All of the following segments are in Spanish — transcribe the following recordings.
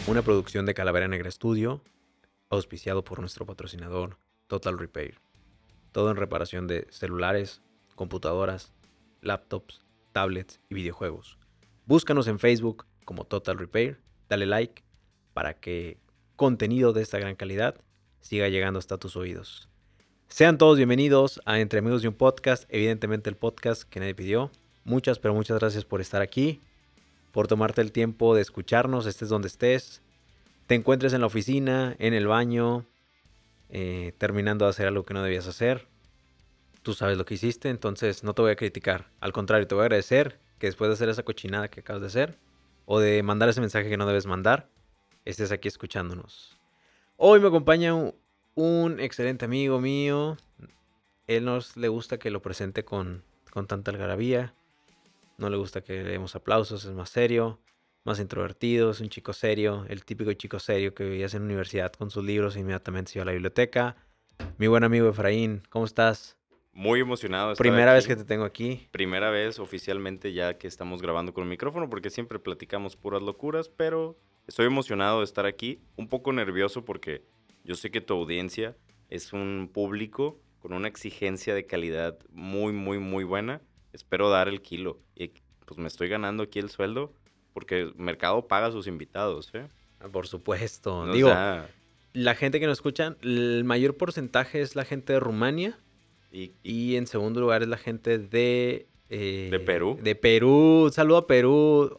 una producción de Calavera Negra Studio, auspiciado por nuestro patrocinador Total Repair. Todo en reparación de celulares, computadoras, laptops, tablets y videojuegos. Búscanos en Facebook como Total Repair, dale like para que contenido de esta gran calidad siga llegando hasta tus oídos. Sean todos bienvenidos a Entre Amigos de un Podcast, evidentemente el podcast que nadie pidió. Muchas, pero muchas gracias por estar aquí, por tomarte el tiempo de escucharnos, estés donde estés. Te encuentres en la oficina, en el baño, terminando de hacer algo que no debías hacer. Tú sabes lo que hiciste, entonces no te voy a criticar. Al contrario, te voy a agradecer que después de hacer esa cochinada que acabas de hacer, o de mandar ese mensaje que no debes mandar, estés aquí escuchándonos. Hoy me acompaña un excelente amigo mío. Él no le gusta que lo presente con tanta algarabía. No le gusta que le demos aplausos, es más serio, más introvertido, es un chico serio, el típico chico serio que veías en la universidad con sus libros e inmediatamente se iba a la biblioteca. Mi buen amigo Efraín, ¿cómo estás? Muy emocionado de estar Primera vez aquí. que te tengo aquí. Primera vez oficialmente ya que estamos grabando con el micrófono porque siempre platicamos puras locuras, pero estoy emocionado de estar aquí. Un poco nervioso porque yo sé que tu audiencia es un público con una exigencia de calidad muy, muy, muy buena. Espero dar el kilo y pues me estoy ganando aquí el sueldo porque el mercado paga a sus invitados, ¿eh? Por supuesto. O Digo, sea, la gente que nos escucha, el mayor porcentaje es la gente de Rumania y y en segundo lugar es la gente de... de Perú. De Perú. Saludo a Perú.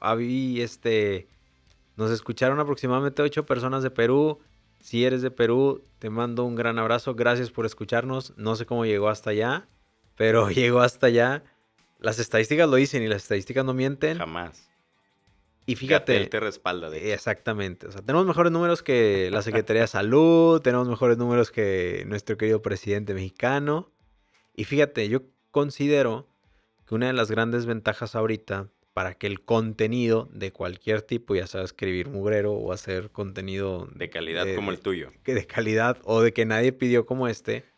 Nos escucharon aproximadamente 8 personas de Perú. Si eres de Perú, te mando un gran abrazo. Gracias por escucharnos. No sé cómo llegó hasta allá, pero llegó hasta allá. Las estadísticas lo dicen y las estadísticas no mienten. Jamás. Y Gatel fíjate, te respalda, de hecho. exactamente. O sea, tenemos mejores números que la Secretaría de Salud, tenemos mejores números que nuestro querido presidente mexicano. Y fíjate, yo considero que una de las grandes ventajas ahorita para que el contenido de cualquier tipo, ya sea escribir mugrero o hacer contenido De calidad como el tuyo. de calidad o de que nadie pidió como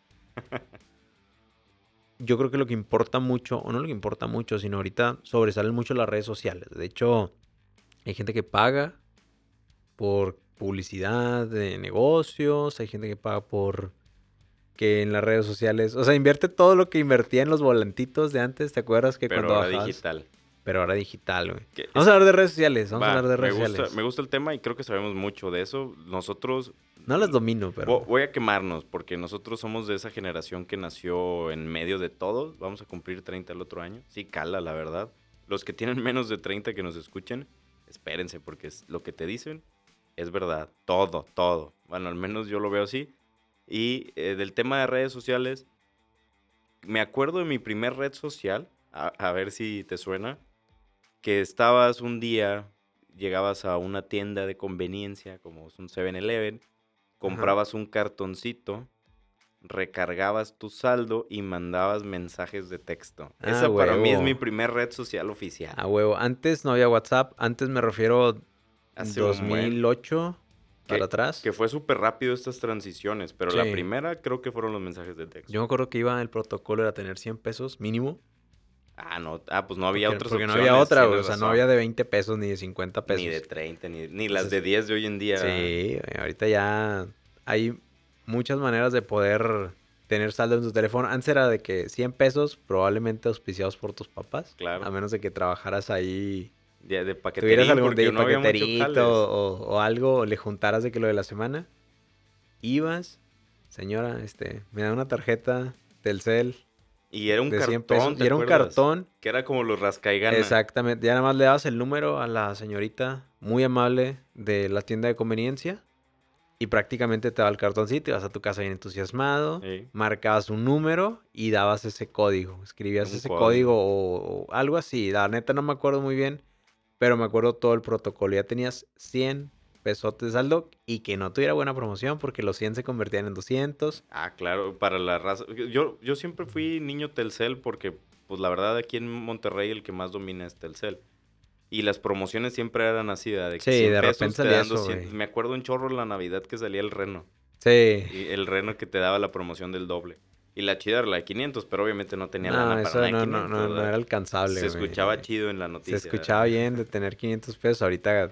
yo creo que lo que importa mucho, o no lo que importa mucho, sino ahorita sobresalen mucho las redes sociales. De hecho, hay gente que paga por publicidad de negocios, hay gente que paga por que en las redes sociales, o sea, invierte todo lo que invertía en los volantitos de antes, ¿te acuerdas que Pero cuando ahora bajabas? digital. Pero ahora digital, güey. Que Vamos a hablar de redes sociales, vamos a hablar de me redes sociales. me gusta el tema y creo que sabemos mucho de eso. Nosotros, No las domino, pero... voy a quemarnos porque nosotros somos de esa generación que nació en medio de todo. Vamos a cumplir 30 el otro año. Sí, cala, la verdad. Los que tienen menos de 30 que nos escuchen, espérense porque lo que te dicen es verdad. Todo, todo. Bueno, al menos yo lo veo así. Y del tema de redes sociales, me acuerdo de mi primer red social, a ver si te suena, que estabas un día, llegabas a una tienda de conveniencia, como es un 7-Eleven, Ajá. comprabas un cartoncito, recargabas tu saldo y mandabas mensajes de texto. Ah, Esa para mí es mi huevo. primer red social oficial. Ah, huevo. Antes no había WhatsApp, antes me refiero Hace un buen... 2008 para Que, atrás. que fue súper rápido estas transiciones, pero la Sí. primera creo que fueron los mensajes de texto. Yo me acuerdo que el protocolo era tener 100 pesos mínimo. Ah, no, pues no había otras Porque no opciones, había otra, güey. O tienes sea, no razón. habas de 20 pesos ni de 50 pesos. Ni de 30, ni las Entonces, de 10 de hoy en día. sí, güey, ahorita ya hay muchas maneras de poder tener saldo en tu teléfono. Antes era de que 100 pesos, probablemente auspiciados por tus papás. Claro. A menos de que trabajaras ahí, De tuvieras paqueterín, algún porque de no había mucho paqueterito jales. o algo, o le juntaras de que lo de la semana. Ibas, señora, me da una tarjeta Telcel Y era un de 100 cartón, pesos. ¿te Y era un acuerdas? cartón. Que era como los rascaigana. Exactamente. Ya nada más le dabas el número a la señorita muy amable de la tienda de conveniencia y prácticamente te daba el cartoncito, ibas a tu casa bien entusiasmado, Sí, marcabas un número y dabas ese código. Escribías un ese código. código o algo así. La neta no me acuerdo muy bien, pero me acuerdo todo el protocolo. Ya tenías 100 pesotes de saldo y que no tuviera buena promoción porque los 100 se convertían en 200. Ah, claro, para la raza. Yo siempre fui niño Telcel porque, pues la verdad, aquí en Monterrey el que más domina es Telcel. Y las promociones siempre eran así, de que Sí, 100 de pesos repente te salía dan eso, 200. güey. Me acuerdo un chorro en la Navidad que salía el reno. Sí. Y el reno que te daba la promoción del doble. Y la chida era la de 500, pero obviamente no tenía No, lana para eso una de no, 500, no ¿verdad? era alcanzable, Se güey. escuchaba chido en la Se noticia. escuchaba bien de tener 500 pesos. Ahorita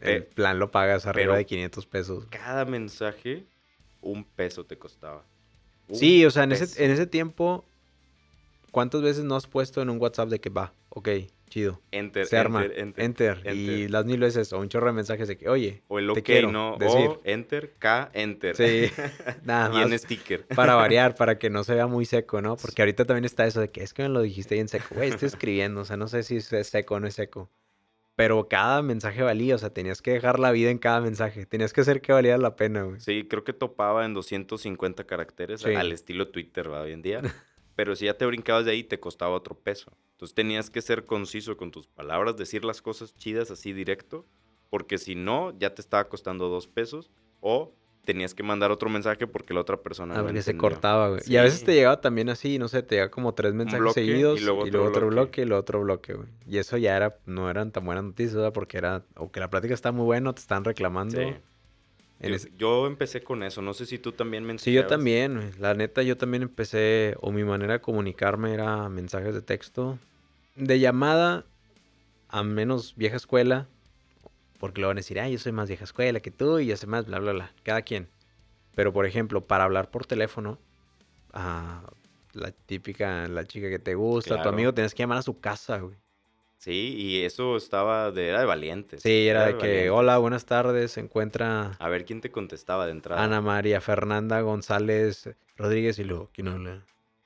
el plan lo pagas arriba pero de 500 pesos. cada mensaje, $1 te costaba. Sí, o sea, en peso. ese tiempo, ¿cuántas veces no has puesto en un WhatsApp de que va? Ok, chido. Enter, Se arma. enter. Enter. Y las 1000 veces, o un chorro de mensajes de que, oye, O el te OK, quiero ¿no? decir. O enter, K, enter. Sí, nada Y en más sticker. para variar, para que no se vea muy seco, ¿no? Porque ahorita también está eso de que es que me lo dijiste bien seco. Güey, estoy escribiendo, o sea, no sé si es seco o no es seco. Pero cada mensaje valía, o sea, tenías que dejar la vida en cada mensaje. Tenías que hacer que valiera la pena, güey. Sí, creo que topaba en 250 caracteres, Sí. al estilo Twitter, ¿va? Hoy en día. Pero si ya te brincabas de ahí, te costaba otro peso. Entonces tenías que ser conciso con tus palabras, decir las cosas chidas así directo, porque si no, ya te estaba costando $2, o tenías que mandar otro mensaje porque la otra persona Ah, no porque se entendió. cortaba, güey. Sí. Y a veces te llegaba también así, no sé, te llegaba como 3 mensajes bloque y seguidos luego y otro luego otro bloque. bloque y luego otro bloque, güey. Y eso ya era, no eran tan buenas noticias, ¿verdad? Porque era, o que la plática está muy buena, te están reclamando. Sí. Yo empecé con eso, no sé si tú también Sí, yo mensajeabas. también, güey. La neta, yo también empecé, o mi manera de comunicarme era mensajes de texto. De llamada, a menos vieja escuela, porque lo van a decir, yo soy más vieja escuela que tú y yo sé más, bla, bla, bla. Cada quien. Pero, por ejemplo, para hablar por teléfono, a la típica, la chica que te gusta, tu Claro. amigo, tienes que llamar a su casa, güey. Sí, y eso era de valientes. Sí, era de que, valientes. hola, buenas tardes, se encuentra A ver quién te contestaba de entrada. Ana María Fernanda González Rodríguez y luego, ¿quién habla?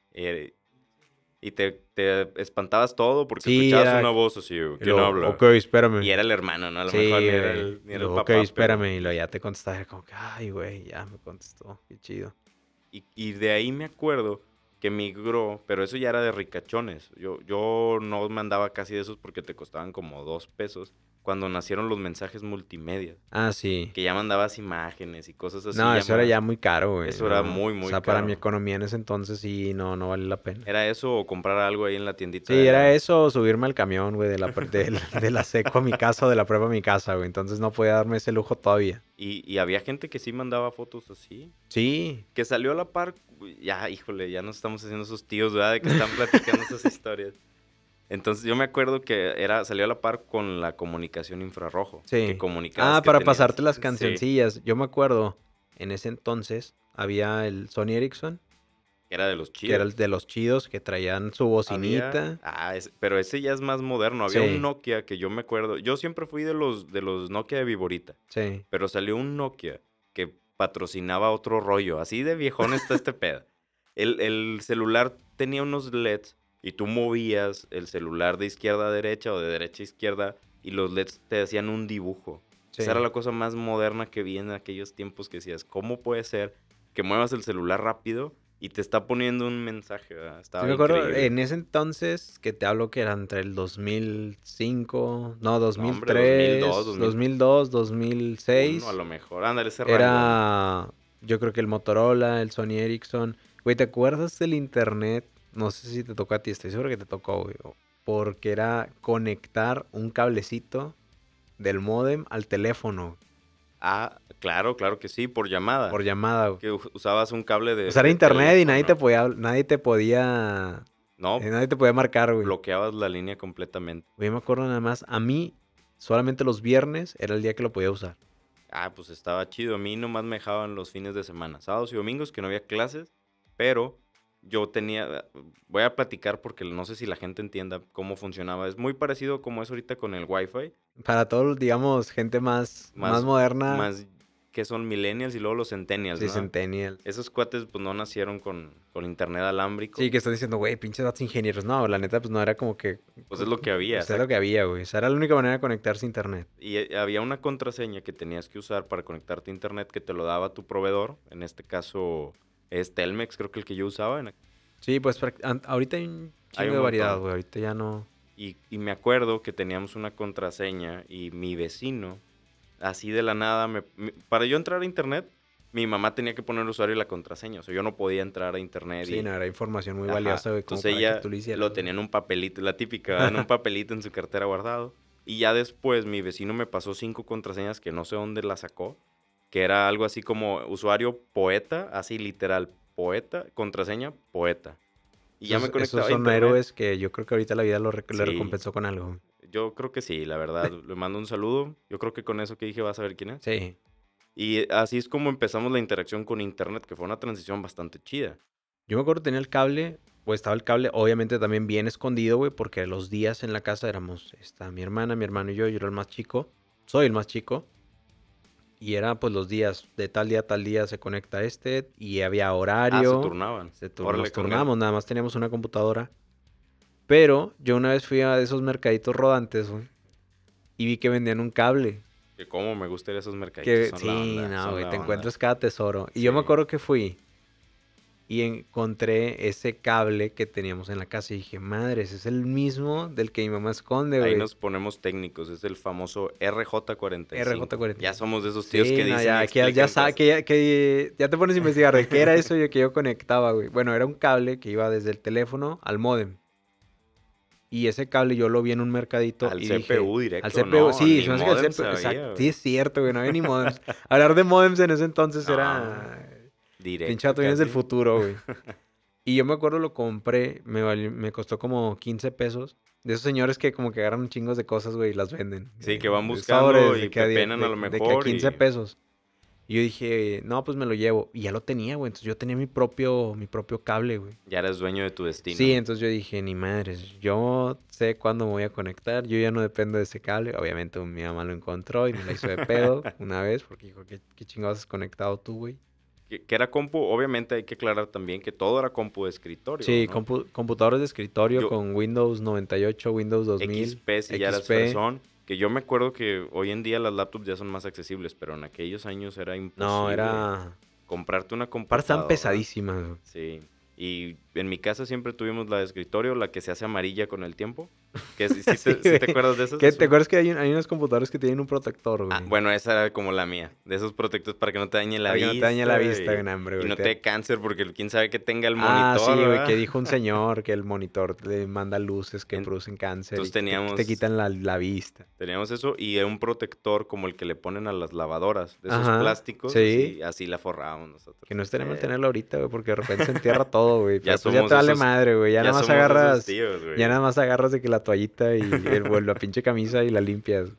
Y te espantabas todo porque Sí, escuchabas era- una voz así, Y ¿quién luego, habla? ok, espérame. Y era el hermano, ¿no? A lo Sí, mejor ni era güey. el, Y ni era el luego, papá, ok, espérame. pero... Y luego ya te contestaba, era como que, ay, güey, ya me contestó. Qué chido. Y de ahí me acuerdo que migró, pero eso ya era de ricachones. Yo no mandaba casi de esos porque te costaban como $2 cuando nacieron los mensajes multimedia. Ah, sí. Que ya mandabas imágenes y cosas así. No, eso era más. ya muy caro, güey. Eso era no. muy, muy O sea, para caro. mi economía en ese entonces sí, no vale la pena. Era eso o comprar algo ahí en la tiendita. Sí, era eso o subirme al camión, güey, de la seco a mi casa o de la prepa a mi casa, güey. Entonces no podía darme ese lujo todavía. Y había gente que sí mandaba fotos así. Sí. Que salió a la par. Ya, híjole, ya nos estamos haciendo esos tíos, ¿verdad? De que están platicando esas historias. Entonces yo me acuerdo que salió a la par con la comunicación infrarrojo. Sí. Que comunicabas que para tenías- pasarte las Sí. cancioncillas. Yo me acuerdo, en ese entonces había el Sony Ericsson, Era de los que era chidos. el de los chidos, que traían su bocinita. Pero ese ya es más moderno. Había Sí. un Nokia que yo me acuerdo. Yo siempre fui de los Nokia de Viborita. Sí. Pero salió un Nokia que patrocinaba otro rollo. Así de viejón está este pedo. El celular tenía unos LEDs y tú movías el celular de izquierda a derecha o de derecha a izquierda y los LEDs te hacían un dibujo. Sí. Esa era la cosa más moderna que vi en aquellos tiempos que decías, ¿cómo puede ser que muevas el celular rápido y te está poniendo un mensaje? ¿Verdad? Estaba Sí, me acuerdo, increíble. en ese entonces, que te hablo que era entre el 2005, no, No, hombre, 2003, 2002, 2002, 2006. Uno, a lo mejor. Ándale, ese rango. Era, yo creo que el Motorola, el Sony Ericsson. Güey, ¿te acuerdas del internet? No sé si te tocó a ti, estoy seguro que te tocó, güey. Porque era conectar un cablecito del módem al teléfono Claro que sí, por llamada. por llamada, güey. Que usabas un cable de O sea, era de internet y nadie te teléfono. podía, No, nadie te podía marcar, güey. bloqueabas la línea completamente. Güey, me acuerdo nada más, a mí solamente los viernes era el día que lo podía usar. Pues estaba chido. A mí nomás me dejaban los fines de semana, sábados y domingos, que no había clases, pero yo voy a platicar porque no sé si la gente entienda cómo funcionaba. Es muy parecido como es ahorita con el Wi-Fi. Para todos, digamos, gente más moderna. Más que son millennials y luego los centennials, Sí, ¿no? centennial. Esos cuates pues no nacieron con internet alámbrico. Sí, que estás diciendo, güey, pinches datos ingenieros. No, la neta, pues no era como que... Pues es lo que había. Pues es lo que había, güey. O sea, era la única manera de conectarse a internet. Y había una contraseña que tenías que usar para conectarte a internet que te lo daba tu proveedor. En este caso es Telmex, creo que el que yo usaba. Sí, pues ahorita hay un Hay chingo un de variedad, montón. güey. Ahorita ya no... Y me acuerdo que teníamos una contraseña y mi vecino, así de la nada, para yo entrar a internet, mi mamá tenía que poner el usuario y la contraseña. O sea, yo no podía entrar a internet. Sí, no, era información muy Ajá. valiosa, güey. Como Entonces para que ella tú lo hicieras, lo güey. tenía en un papelito, la típica, ¿verdad? En un papelito en su cartera guardado. Y ya después mi vecino me pasó 5 contraseñas que no sé dónde las sacó, que era algo así como usuario poeta, así literal, poeta, contraseña, poeta. Y ya me conectaba Esos a son internet. héroes que yo creo que ahorita la vida lo Sí. recompensó con algo, güey. Yo creo que sí, la verdad. Le mando un saludo. Yo creo que con eso que dije vas a ver quién es. Sí. Y así es como empezamos la interacción con internet, que fue una transición bastante chida. Yo me acuerdo que tenía el cable, o estaba el cable, obviamente también bien escondido, güey, porque los días en la casa éramos mi hermana, mi hermano y yo era el más chico, soy el más chico, y era pues los días, de tal día a tal día se conecta y había Ah, se horario, turnaban. nos Órale, con ganas. turnamos, nada más teníamos una computadora, pero yo una vez fui a esos mercaditos rodantes, güey, y vi que vendían un cable, Que cómo me gustaría esos mercaditos, que son la sí, onda, no, son güey, la te onda. encuentras cada tesoro, y yo me Sí. acuerdo que fui. Y encontré ese cable que teníamos en la casa y dije, madres, es el mismo del que mi mamá esconde, Ahí güey. nos ponemos técnicos, es el famoso RJ45. RJ45. Ya somos de esos tíos que Sí, no, dicen y ya, que ya explican sabes, cosas. que ya te pones a investigar de qué era eso y que yo conectaba, güey. Bueno, era un cable que iba desde el teléfono al módem. Y ese cable yo lo vi en un mercadito Al y dije, CPU al directo, CPU, no, sí, ni se me hace que al modem CPU, sabía, exacto, sí güey. es cierto, güey, no había ni modems. Hablar de modems en ese entonces No, era, pinche directo vato, vienes del casi. futuro, güey. Y yo me acuerdo lo compré, me costó como 15 pesos. De esos señores que como que agarran chingos de cosas, güey, y las venden. Sí, que van De buscando sobres, de y que, pepenan a lo de que a mejor 15 y pesos. Y yo dije, no, pues me lo llevo. Y ya lo tenía, güey. Entonces yo tenía mi propio cable, güey. ya eres dueño de tu Sí, destino. entonces yo dije, ni madres, yo sé cuándo me voy a conectar. Yo ya no dependo de ese cable. Obviamente mi mamá lo encontró y me la hizo de pedo una vez porque dijo, ¿qué chingados has conectado tú, güey? Que era compu, obviamente hay que aclarar también que todo era compu de escritorio, Sí, ¿no? computadores de escritorio Yo, con Windows 98, Windows 2000, XP si ya eras XP. fresón, que yo me acuerdo que hoy en día las laptops ya son más accesibles, pero en aquellos años era No, imposible era... comprarte una Aparte están computadora. pesadísimas, güey. Sí. Y en mi casa siempre tuvimos la de escritorio, la que se hace amarilla con el tiempo. Que si, Sí, si te güey. acuerdas de esas, ¿Qué? es ¿Te una... acuerdas que hay unos computadores que tienen un protector, Ah, güey? bueno, esa era como la mía. De esos protectores para que no te dañe la Para que no te dañe la vista vista, güey, no, hombre, y güey. no te dé cáncer porque quién sabe que tenga el Ah, monitor, sí, güey, que ¿verdad? dijo un señor que el monitor le manda luces que producen cáncer y Entonces que te teníamos, quitan la vista. teníamos eso y un protector como el que le ponen a las lavadoras, de esos Ajá, plásticos, sí. así la forrábamos nosotros. Que no estaría mal tenerlo ahorita, güey, porque de repente se entierra todo, güey. Ya Pero pues ya somos te vale esos, madre, güey. ya somos esos tíos, Ya nada güey. más agarras de que la toallita y la pinche camisa y la limpias.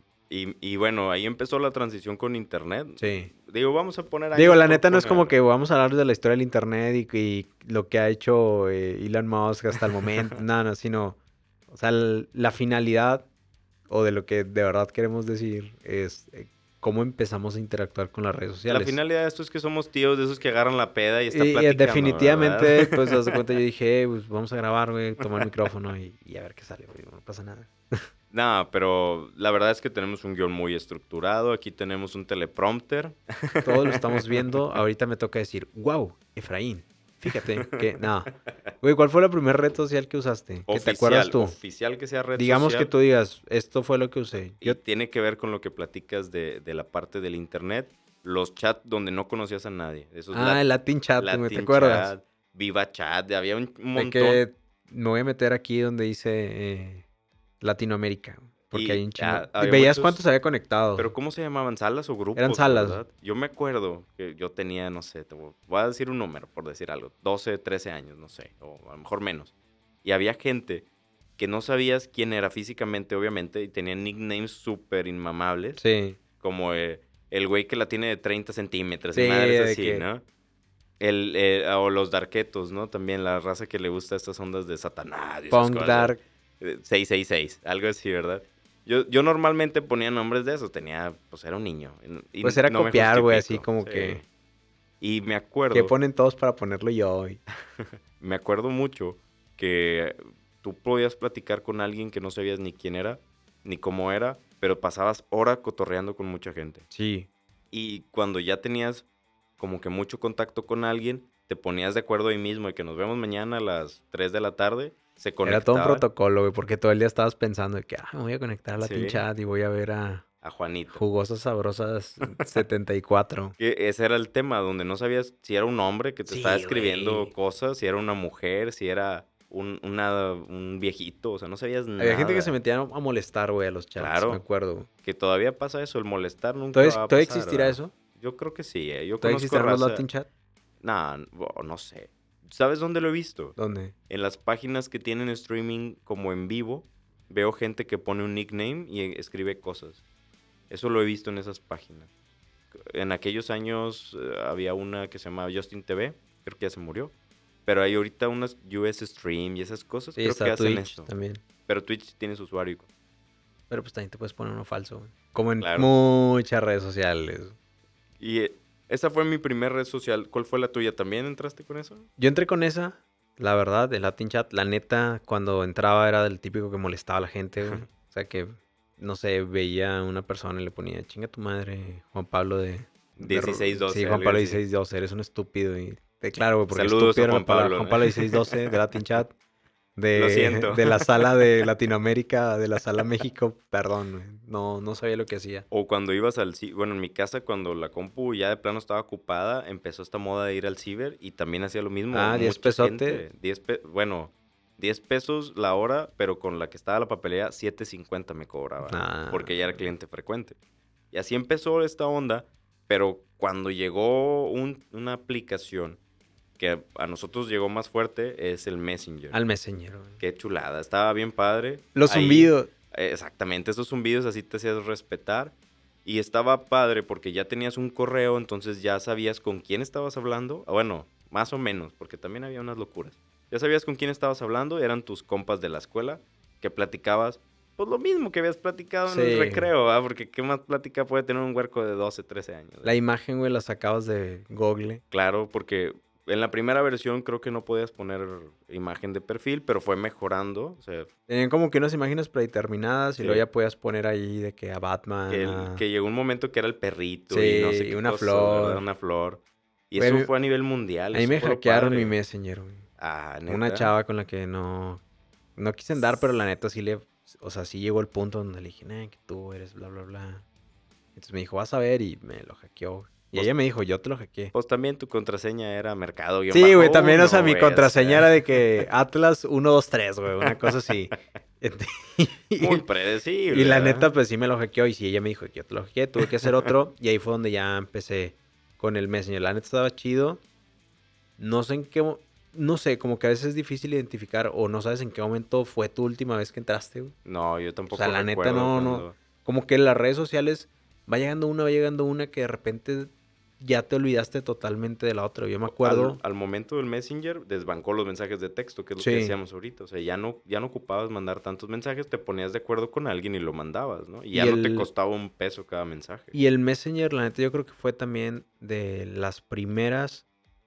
Y bueno, ahí empezó la transición con internet. Sí. Digo, vamos a poner Digo, años la por neta no es como poner. que vamos a hablar de la historia del internet y lo que ha hecho Elon Musk hasta el momento, nada, no, sino, o sea, la finalidad o de lo que de verdad queremos decir es cómo empezamos a interactuar con las redes La sociales. finalidad de esto es que somos tíos de esos que agarran la peda y está Y platicando, ¿verdad? definitivamente, pues, haz de cuenta, yo dije, pues, vamos a grabar, güey, tomar el micrófono y a ver qué sale, güey, no pasa nada. No, pero la verdad es que tenemos un guión muy estructurado. Aquí tenemos un teleprompter. Todos lo estamos viendo, ahorita me toca decir, wow, Efraín, fíjate que, no. Güey, ¿cuál fue la primera red social que usaste? ¿Que te acuerdas tú? Oficial que sea red Digamos que social. tú digas, esto fue lo que usé. Y tiene que ver con lo que platicas de la parte del internet. Los chats donde no conocías a nadie. Esos El Latin Chat, güey, ¿te Latin acuerdas? Chat, Viva Chat, había un De montón. que me voy a meter aquí donde dice Latinoamérica, porque hay Y un chingo. había Veías muchos. cuántos había conectados. Pero ¿cómo se llamaban? ¿Salas o Eran grupos, salas. verdad? Yo me acuerdo que yo tenía, no sé, voy a decir un número por decir algo, 12, 13 años, no sé, o a lo mejor menos. Y había gente que no sabías quién era físicamente, obviamente, y tenían nicknames súper inmamables, Sí. como el güey que la tiene de 30 centímetros y Sí, madres de así, que... ¿no? O los darketos, ¿no? También la raza que le gusta estas ondas de Satanás y esas Punk cosas. Dark. 666, algo así, ¿verdad? Yo normalmente ponía nombres de esos, pues era un niño. Y Pues era no me copiar, güey, así justifico, como sí. que... Y me Que acuerdo, ponen todos para ponerlo yo, güey. me acuerdo mucho que tú podías platicar con alguien que no sabías ni quién era, ni cómo era, pero pasabas hora cotorreando con mucha gente. Sí. Y cuando ya tenías como que mucho contacto con alguien, te ponías de acuerdo ahí mismo de que nos vemos mañana a las 3 de la tarde, se Era todo un conectaban. protocolo, güey, porque todo el día estabas pensando de que, me voy a conectar a Latin Sí, Chat y voy a ver a a Juanito. Jugosas Sabrosas 74. Que ese era el tema, donde no sabías si era un hombre que te estaba Sí, escribiendo güey. cosas, si era una mujer, si era un viejito, o sea, no sabías Había gente que se nada. metía a molestar, güey, a los chats, me Claro, acuerdo. que todavía pasa eso, el molestar nunca va a ¿Todavía pasar, existirá ¿verdad? eso? Yo creo que sí, yo ¿Todavía conozco existirán los raza. Latin Chat? Nah, no sé. ¿Sabes dónde lo he visto? ¿Dónde? En las páginas que tienen streaming como en vivo, veo gente que pone un nickname y escribe cosas. Eso lo he visto en esas páginas. En aquellos años había una que se llamaba Justin TV, creo que ya se murió. Pero hay ahorita unas US Stream y esas cosas, Sí, creo que está hacen Twitch esto. también. Pero Twitch tiene su usuario. Pero pues también te puedes poner uno falso, güey. Como en Claro. muchas redes sociales. Y esa fue mi primer red social. ¿Cuál fue la tuya? ¿También entraste con eso? Yo entré con esa, la verdad, el Latin Chat. La neta, cuando entraba era del típico que molestaba a la gente, güey. O sea que, no sé, veía a una persona y le ponía, chinga tu madre, Juan Pablo de... 1612. Sí, Juan algo Pablo así. 1612, eres un estúpido. Y claro, güey, porque Saludos estúpido a era Juan la palabra. Pablo. Juan Pablo 1612 de Latin Chat. Lo siento. De la sala de Latinoamérica, de la sala México, perdón, güey. No sabía lo que hacía. O cuando ibas al ciber, bueno, en mi casa cuando la compu ya de plano estaba ocupada, empezó esta moda de ir al ciber y también hacía lo mismo. Ah, 10 Mucha pesote. gente, bueno, 10 pesos la hora, pero con la que estaba la papelera, 7.50 me cobraba, Ah. porque ya era cliente frecuente. Y así empezó esta onda, pero cuando llegó una aplicación que a nosotros llegó más fuerte, es el Messenger. Al Messenger, güey. Qué chulada, estaba bien padre. Los Ahí- zumbidos. Exactamente, esos zumbidos así te hacías respetar. Y estaba padre porque ya tenías un correo, entonces ya sabías con quién estabas hablando. Bueno, más o menos, porque también había unas locuras. Ya sabías con quién estabas hablando, eran tus compas de la escuela, que platicabas, pues lo mismo que habías platicado en el Sí. recreo, ¿verdad? Porque qué más plática puede tener un huerco de 12, 13 años. La imagen, güey, la sacabas de Google. Claro, porque en la primera versión creo que no podías poner imagen de perfil, pero fue mejorando. O sea, Tenían como que unas imágenes predeterminadas y Sí. luego ya podías poner ahí de que a Batman. que llegó un momento que era el perrito Sí, y no sé y qué una cosas, flor. ¿verdad? Una flor. Y Güey, eso fue a nivel mundial. A mí eso me fue lo hackearon padre. mi Messenger, güey. Ah, ¿neta? Una chava con la que no quise andar, pero la neta sí o sea, sí llegó el punto donde le dije, nah, que tú eres bla, bla, bla. Entonces me dijo, vas a ver, y me lo hackeó. Y Pues- ella me dijo, yo te lo hackeé. Pues también tu contraseña era mercado. Sí, güey, también, o uno, sea, mi güey, contraseña era de que Atlas 123, güey, una cosa así. Muy predecible. Y la ¿verdad? neta, pues sí me lo hackeó. Y sí, ella me dijo que yo te lo hackeé, tuve que hacer otro. Y ahí fue donde ya empecé con el Messenger. La neta estaba chido. No sé en qué... No sé, como que a veces es difícil identificar o no sabes en qué momento fue tu última vez que entraste, güey. No, yo tampoco O sea, la neta, recuerdo no. cuando- Como que en las redes sociales va llegando una que de repente ya te olvidaste totalmente de la otra. Yo me acuerdo... Al momento del Messenger desbancó los mensajes de texto, que es lo que Sí. decíamos ahorita. O sea, ya no ocupabas mandar tantos mensajes, te ponías de acuerdo con alguien y lo mandabas, ¿no? Y ya Y no te el- costaba un peso cada mensaje. Y el Messenger, la neta, yo creo que fue también de las primeras...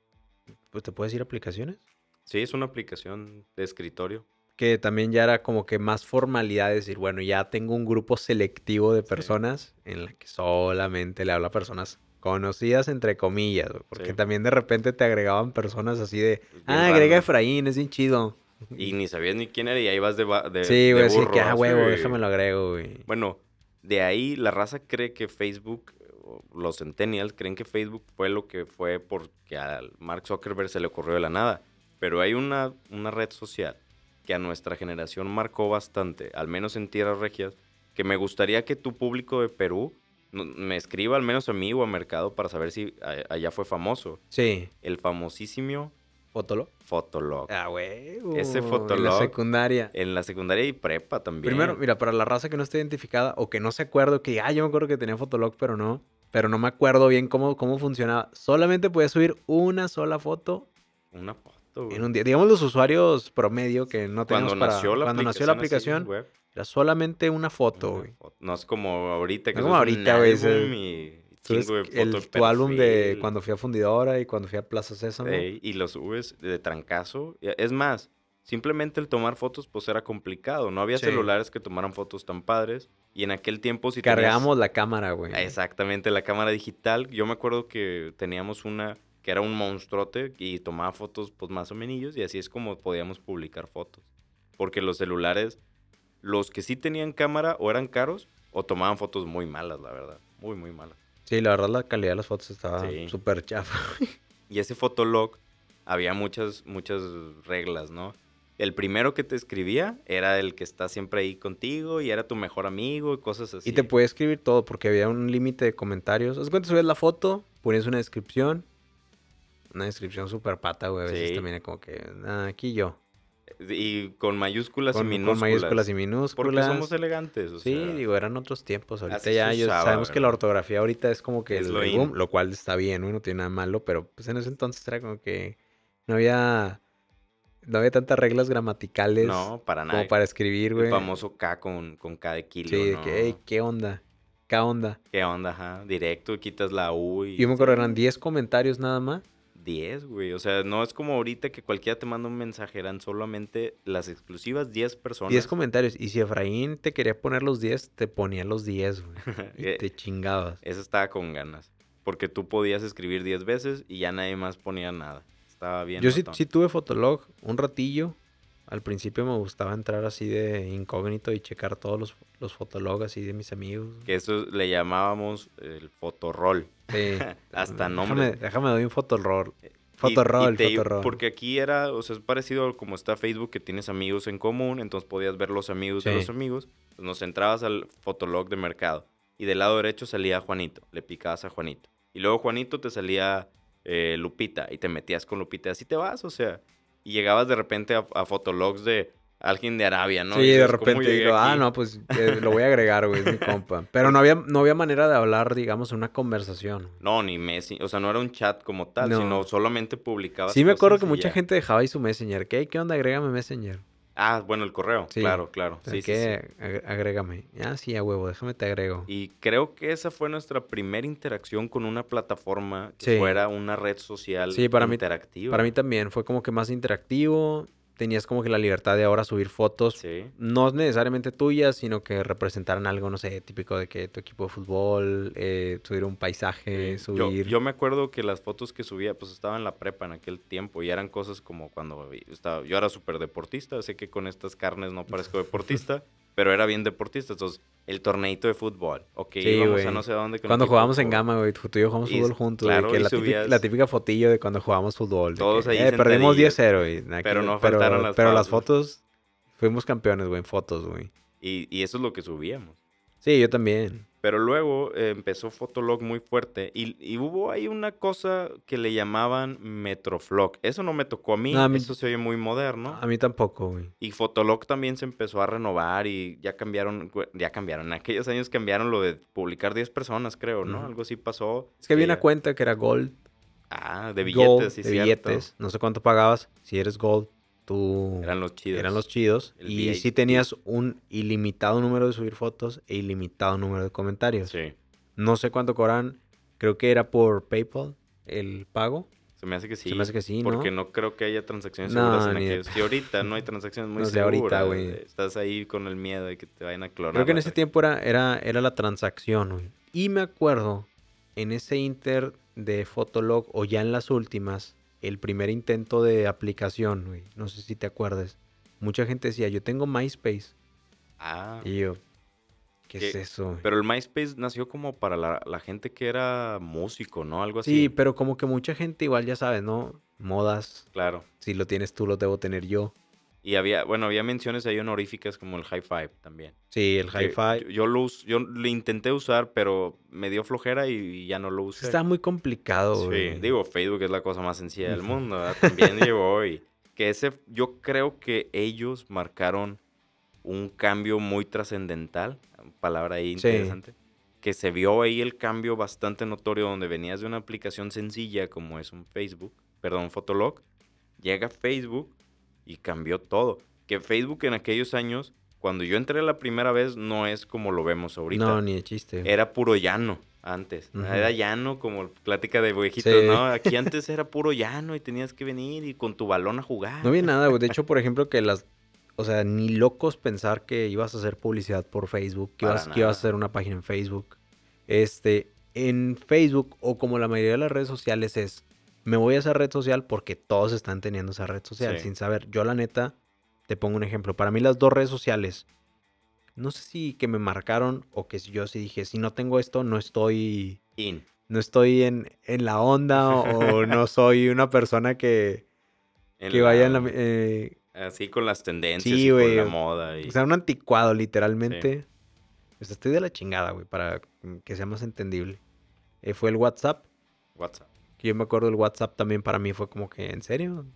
Pues te puedes decir aplicaciones. Sí, es una aplicación de escritorio. Que también ya era como que más formalidad, decir, bueno, ya tengo un grupo selectivo de personas en la que solamente le hablo a personas conocidas, entre comillas, güey, porque Sí. también de repente te agregaban personas así de, Bien agrega a random. Efraín, es bien chido. Y ni sabías ni quién era y ahí vas de Sí, güey, así burro. que, así. huevo, déjame lo agrego, güey. Bueno, de ahí la raza cree que Facebook, o los centennials creen que Facebook fue lo que fue porque a Mark Zuckerberg se le ocurrió de la nada. Pero hay una red social que a nuestra generación marcó bastante, al menos en Tierras Regias, que me gustaría que tu público de Perú me escriba al menos a mí o a Mercado para saber si allá fue famoso. Sí. El famosísimo ¿Fotolog? Fotolog. Ah, güey. Ese En la Fotolog. secundaria. En la secundaria y prepa también. Primero, mira, para la raza que no esté identificada o que no se acuerdo, que yo me acuerdo que tenía Fotolog, pero no me acuerdo bien cómo funcionaba. Solamente podías subir una sola foto Una foto, güey. en un día. Digamos los usuarios promedio que no teníamos Cuando nació la cuando nació la aplicación, web, era solamente una foto, una güey. foto. No es como ahorita, que No como subes ahorita, un güey, álbum y Subes chingo de fotos de tu álbum de perfil. cuando fui a Fundidora y cuando fui a Plaza Sésamo. Y lo subes de trancazo. Es más, simplemente el tomar fotos pues era complicado. No había Sí. celulares que tomaran fotos tan padres. Y en aquel tiempo si Cargábamos la cámara, güey. Exactamente, la cámara digital. Yo me acuerdo que teníamos una que era un monstruote y tomaba fotos pues más o menos y así es como podíamos publicar fotos. Porque los celulares, los que sí tenían cámara o eran caros o tomaban fotos muy malas, la verdad. Muy, muy malas. Sí, la verdad la calidad de las fotos estaba Sí. súper chafa. Y ese Fotolog había muchas reglas, ¿no? El primero que te escribía era el que está siempre ahí contigo y era tu mejor amigo y cosas así. Y te podía escribir todo porque había un límite de comentarios. Haz cuenta, subías la foto, ponías una descripción. Una descripción súper pata, güey. A veces Sí. también era como que, aquí yo. Y con mayúsculas y con minúsculas. mayúsculas y Porque minúsculas. somos elegantes, o Sí, sea, digo, eran otros tiempos. Ahorita así se ya usaba, sabemos que la ¿verdad? ortografía ahorita es como que Es lo el boom, in. lo cual está bien, ¿no? No tiene nada malo, pero pues en ese entonces era como que no había, no había tantas reglas gramaticales No, para como nada. para escribir, El güey. famoso K con K de kilo, Sí, de que, hey, ¿no? ¿qué onda? ¿Qué onda? ¿Qué onda? Ajá. Directo, quitas la U Y yo y me acuerdo, eran sí. 10 comentarios nada más. 10, güey. O sea, no es como ahorita que cualquiera te manda un mensaje. Eran solamente las exclusivas 10 10 personas. comentarios. Y si Efraín te quería poner los 10, te ponía los 10, güey. Y te chingabas. Eso estaba con ganas. Porque tú podías escribir 10 veces y ya nadie más ponía nada. Estaba bien Yo sí, matón. sí tuve Fotolog un ratillo. Al principio me gustaba entrar así de incógnito y checar todos los Fotolog así de mis amigos. Que eso le llamábamos el fotorrol. Sí. Hasta nombres. Déjame doy un Fotolog. Y Fotolog. porque aquí era, o sea, es parecido a como está Facebook, que tienes amigos en común, entonces podías ver los amigos de los Sí. amigos. Pues nos entrabas al fotolog de mercado y del lado derecho salía Juanito, le picabas a Juanito. Y luego Juanito te salía Lupita y te metías con Lupita, así te vas, o sea. Y llegabas de repente a fotologs de alguien de Arabia, ¿no? Sí, Y de dices, ¿cómo repente llegué digo, aquí? no, pues lo voy a agregar, güey, es mi compa. Pero no había manera de hablar, digamos, una conversación. No, ni Messi, o sea, no era un chat como tal, No. sino solamente publicabas Sí me acuerdo cosas que y mucha ya. gente dejaba ahí su Messenger. ¿Qué onda? Agrégame Messenger. Ah, bueno, el correo, Sí. claro, claro, O sea, sí, sí, sí. Agrégame. Ah, sí, a huevo, déjame te agrego. Y creo que esa fue nuestra primera interacción con una plataforma que Sí. fuera una red social Sí, interactiva. para mí también fue como que más interactivo. Tenías como que la libertad de ahora subir fotos, Sí. no necesariamente tuyas, sino que representaran algo, no sé, típico de que tu equipo de fútbol, subir un paisaje, Sí. Yo, subir... yo me acuerdo que las fotos que subía, pues estaba en la prepa en aquel tiempo y eran cosas como cuando estaba, yo era súper deportista, sé que con estas carnes no parezco deportista, pero era bien deportista, entonces el torneito de fútbol, o que Sí, íbamos a no güey. sé dónde con Cuando equipo de jugábamos en fútbol. Gama, güey, tú y yo jugamos Y fútbol juntos, de claro, que y la subías típica fotillo de cuando jugábamos fútbol, de todos ahí que perdimos sentadillos, 10-0, güey. Nada pero que- no faltaron las pero las pausas. fotos, fuimos campeones, güey, en fotos, güey. Y eso es lo que subíamos. Sí, yo también. Pero luego empezó Fotolog muy fuerte y hubo ahí una cosa que le llamaban Metroflog. Eso no me tocó a No, mí, eso se oye muy moderno. a mí tampoco, güey. Y Fotolog también se empezó a renovar y ya cambiaron. En aquellos años cambiaron lo de publicar 10 personas, creo, ¿no? Ujú. Algo así pasó. Es que había que una ya- cuenta que era Gold. Ah, de Gold, billetes, sí, de cierto. billetes. No sé cuánto pagabas. Si eres Gold, tú... Eran los chidos. Eran los chidos. El Y sí VIP. tenías un ilimitado número de subir fotos e ilimitado número de comentarios. Sí. No sé cuánto cobran. Creo que era por PayPal el pago. Se me hace que sí. Se me hace que sí, ¿no? Porque no creo que haya transacciones No, seguras en ni de aquellos. Si ahorita no hay transacciones muy No sé, ahorita, seguras. güey. Estás ahí con el miedo de que te vayan a clonar. Creo que en la ese tarjeta. tiempo era la transacción, güey. Y me acuerdo, en ese inter de Fotolog, o ya en las últimas, el primer intento de aplicación, güey. No sé si te acuerdas. Mucha gente decía, yo tengo MySpace. Ah. Y yo, ¿qué es Que- eso, güey? Pero el MySpace nació como para la gente que era músico, ¿no? Algo así. Sí, pero como que mucha gente igual ya sabes, ¿no? Modas. Claro. Si lo tienes tú, lo debo tener yo. Y había menciones ahí honoríficas como el High Five también. Sí, el Que Hi-Fi. yo lo intenté usar, pero me dio flojera y ya no lo usé. Está muy complicado, Sí, güey. digo, Facebook es la cosa más sencilla del Ujú. mundo, ¿verdad? También llegó y que yo creo que ellos marcaron un cambio muy trascendental, palabra ahí Sí. interesante, que se vio ahí el cambio bastante notorio donde venías de una aplicación sencilla como es un Fotolog, llega Facebook y cambió todo. Que Facebook en aquellos años, cuando yo entré la primera vez, no es como lo vemos ahorita. No, ni de chiste. Era puro llano antes. Ujú. Era llano como plática de viejitos, Sí. ¿no? Aquí antes era puro llano y tenías que venir y con tu balón a jugar. No vi nada, güey. De hecho, por ejemplo, o sea, ni locos pensar que ibas a hacer publicidad por Facebook, que Para ibas a nada. hacer una página en Facebook. En Facebook, o como la mayoría de las redes sociales es, me voy a esa red social porque todos están teniendo esa red social, Sí. sin saber. Yo, la neta, te pongo un ejemplo. Para mí las dos redes sociales, no sé si que me marcaron o que yo sí dije, si no tengo esto, no estoy en la onda o no soy una persona que vaya en la... Así con las tendencias Sí, y güey. con la moda. O sea, un anticuado, literalmente. O sea, estoy de la chingada, güey, para que sea más entendible. Fue el WhatsApp. WhatsApp. Que yo me acuerdo del WhatsApp también para mí fue como que, ¿en serio?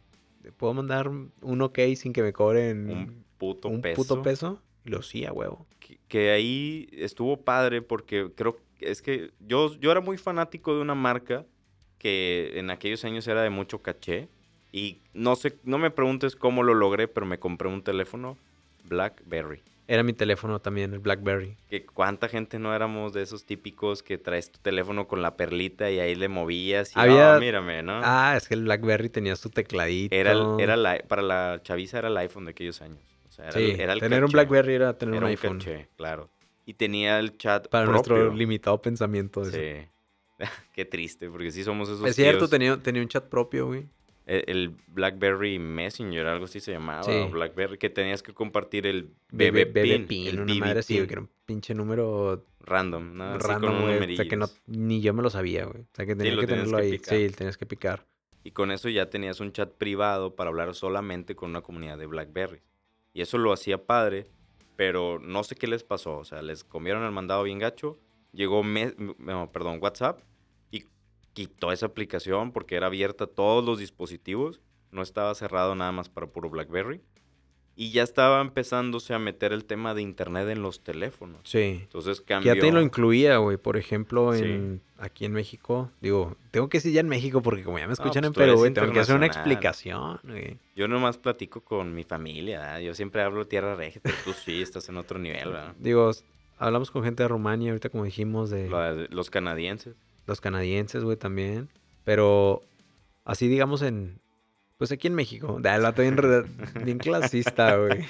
¿puedo mandar un ok sin que me cobren Un puto un peso. puto peso? Y lo sí, a huevo. Que ahí estuvo padre porque creo que es que yo era muy fanático de una marca que en aquellos años era de mucho caché. Y no sé, no me preguntes cómo lo logré, pero me compré un teléfono BlackBerry. Era mi teléfono también, el BlackBerry. Que cuánta gente no éramos de esos típicos que traes tu teléfono con la perlita y ahí le movías y Había... mírame, ¿no? Es que el BlackBerry tenía su tecladito. Para la chaviza era el iPhone de aquellos años. O sea, Sí, era el tener un caché. BlackBerry era tener Era un un iPhone. caché, claro. Y tenía el chat Para nuestro propio. limitado pensamiento. Eso. Sí. Qué triste, porque sí somos esos Es cierto, tíos. tenía un chat propio, güey. El BlackBerry Messenger, algo así se llamaba. Sí. O BlackBerry, que tenías que compartir el BB BB Pin, el una BB madre así, güey, Pin. que era un pinche número Random, ¿no? Así con random, unos güey. O sea, que no, numerillos. ni yo me lo sabía, güey. O sea, que Sí, tenía lo que tenías tenerlo que ahí. picar. Sí, tenías que picar. Y con eso ya tenías un chat privado para hablar solamente con una comunidad de BlackBerry. Y eso lo hacía padre, pero no sé qué les pasó. O sea, les comieron el mandado bien gacho. Llegó WhatsApp y quitó esa aplicación porque era abierta a todos los dispositivos. No estaba cerrado nada más para puro BlackBerry. Y ya estaba empezándose a meter el tema de internet en los teléfonos. Sí. Entonces Que ya te lo cambió. incluía, güey. Por ejemplo, Sí. aquí en México. Digo, tengo que decir ya en México porque como ya me escuchan pues en tú Perú, eres güey, tengo que hacer una internacional. explicación, güey. Yo nomás platico con mi familia, ¿verdad? Yo siempre hablo tierra regia, pero tú sí estás en otro nivel, ¿verdad? Digo, hablamos con gente de Rumania, ahorita como dijimos, de Los canadienses. los canadienses, güey, también. Pero así digamos pues aquí en México. El vato bien clasista, güey.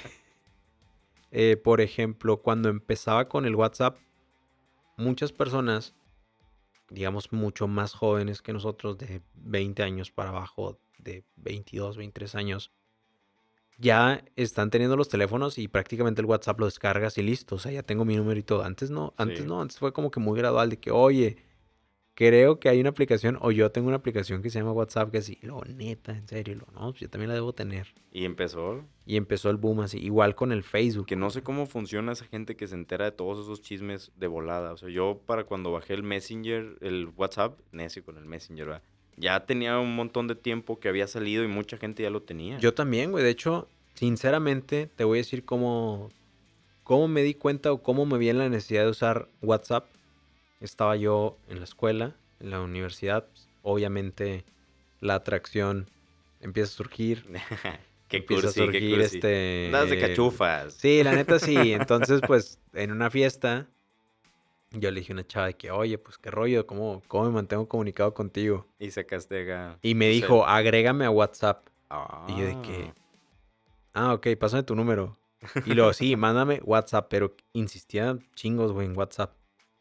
Por ejemplo, cuando empezaba con el WhatsApp, muchas personas, digamos, mucho más jóvenes que nosotros, de 20 años para abajo, de 22, 23 años, ya están teniendo los teléfonos y prácticamente el WhatsApp lo descargas y listo. O sea, ya tengo mi número y todo. Antes no, Sí. antes fue como que muy gradual de que, oye, creo que hay una aplicación, o yo tengo una aplicación que se llama WhatsApp, que así, lo neta, en serio, no, pues yo también la debo tener. Y empezó. Y empezó el boom así, igual con el Facebook. Que no sé cómo funciona esa gente que se entera de todos esos chismes de volada. O sea, yo para cuando bajé el Messenger, el WhatsApp, necio con el Messenger, ¿verdad? Ya tenía un montón de tiempo que había salido y mucha gente ya lo tenía. Yo también, güey. De hecho, sinceramente, te voy a decir cómo me di cuenta o cómo me vi en la necesidad de usar WhatsApp. Estaba yo en la escuela, en la universidad. Pues, obviamente, la atracción empieza a surgir. Qué Empieza a cursi, qué surgir cursi. Andas de cachufas. Sí, la neta sí. Entonces, pues, en una fiesta, yo le dije a una chava de que, oye, pues, qué rollo, ¿cómo me mantengo comunicado contigo? Y sacaste acá. Y me tu dijo, cel. agrégame a WhatsApp. Y yo de Ah. que, ok, pásame tu número. Y luego, sí, mándame WhatsApp, pero insistía chingos, güey, en WhatsApp.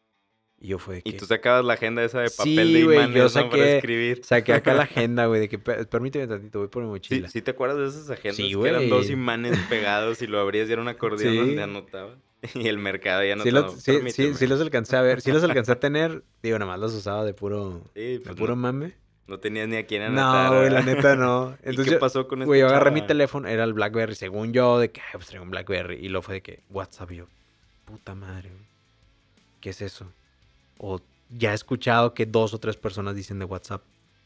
Y yo fue de Y que... tú sacabas la agenda esa de papel Sí, de güey, yo imanes, ¿no? Para escribir. saqué acá la agenda, güey, de que permíteme tantito, voy por mi Sí, mochila. ¿sí te acuerdas de esas agendas Sí, que eran dos güey. imanes pegados y lo abrías y era un acordeón donde Sí. anotabas? Y el mercado ya Sí, anotando, permíteme. sí los alcancé a ver, sí los alcancé a tener. Digo, nada más los usaba de puro Sí, pues mame. no tenías ni a quién anotar, No, güey, la ¿verdad? neta no. ¿Y Entonces qué pasó con güey, esta yo agarré mi chava? teléfono, era el BlackBerry, según yo, de que, pues traigo un BlackBerry. Y luego fue de que, WhatsApp, y yo, puta madre, güey. ¿Qué es eso? O ya he escuchado que 2 o 3 personas dicen de WhatsApp.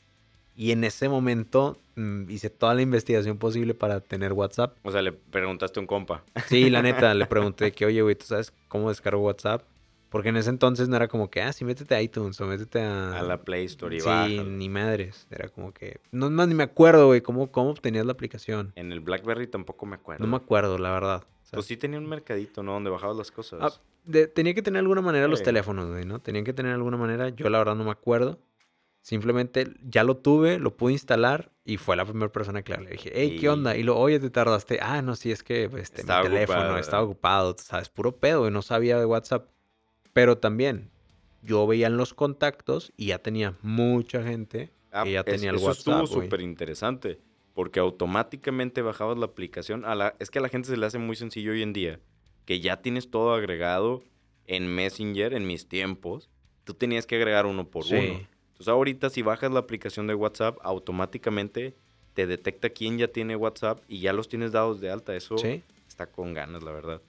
Y en ese momento hice toda la investigación posible para tener WhatsApp. O sea, le preguntaste a un compa. Sí, la neta, le pregunté que, oye, güey, ¿tú sabes cómo descargo WhatsApp? Porque en ese entonces no era como que, sí, métete a iTunes o métete A la Play Store y Sí, bájalo. ni madres. Era como que... No más ni me acuerdo, güey, cómo obtenías la aplicación. En el BlackBerry tampoco me acuerdo. No me acuerdo, la verdad. O sea, Pues sí tenía un mercadito, ¿no? Donde bajabas las cosas. tenía que tener alguna manera los Sí. teléfonos, güey, ¿no? Tenían que tener alguna manera. Yo la verdad no me acuerdo. Simplemente ya lo tuve, lo pude instalar y fue la primera persona que le dije, hey, ¿qué onda? Y lo, oye, te tardaste. No, sí, es que mi Estaba teléfono ocupado. estaba ocupado, ¿sabes? Puro pedo, y no sabía de WhatsApp. Pero también, yo veía en los contactos y ya tenía mucha gente que ya tenía el Eso WhatsApp, estuvo güey. súper interesante. Porque automáticamente bajabas la aplicación. Es que a la gente se le hace muy sencillo hoy en día. Que ya tienes todo agregado en Messenger, en mis tiempos. Tú tenías que agregar uno por uno. Entonces ahorita si bajas la aplicación de WhatsApp, automáticamente te detecta quién ya tiene WhatsApp y ya los tienes dados de alta. Eso está con ganas, la verdad.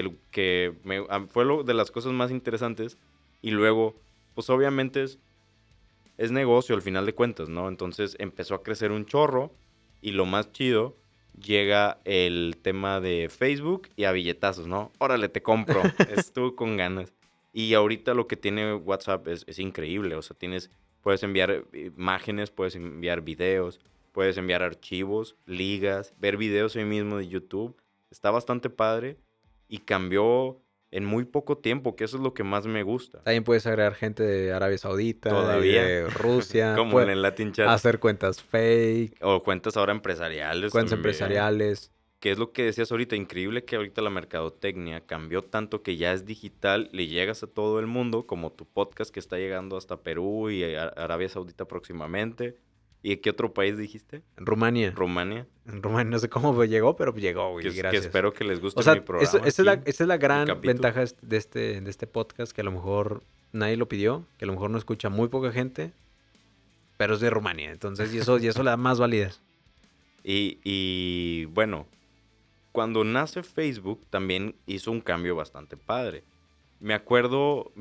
Fue de las cosas más interesantes. Y luego, pues obviamente es negocio al final de cuentas, ¿no? Entonces empezó a crecer un chorro Y lo más chido, llega el tema de Facebook y a billetazos, ¿no? Órale, te compro. Estuvo con ganas. Y ahorita lo que tiene WhatsApp es increíble. O sea, puedes enviar imágenes, puedes enviar videos, puedes enviar archivos, ligas, ver videos ahí mismo de YouTube. Está bastante padre y cambió en muy poco tiempo, que eso es lo que más me gusta. También puedes agregar gente de Arabia Saudita y Todavía, de Rusia. como en el Latin Chat. Hacer cuentas fake, O cuentas ahora empresariales cuentas también. empresariales. Que es lo que decías ahorita, increíble que ahorita la mercadotecnia cambió tanto que ya es digital, le llegas a todo el mundo, como tu podcast que está llegando hasta Perú y Arabia Saudita próximamente. ¿Y qué otro país dijiste? En Rumania. Rumania. En Rumania no sé cómo llegó, pero llegó, güey. Que Gracias. espero que les guste O sea, mi programa. esa es la gran capítulo. ventaja de este podcast, que a lo mejor nadie lo pidió, que a lo mejor no escucha muy poca gente, pero es de Rumania. Entonces, y eso le da más validez. Y bueno, cuando nace Facebook también hizo un cambio bastante padre. Me acuerdo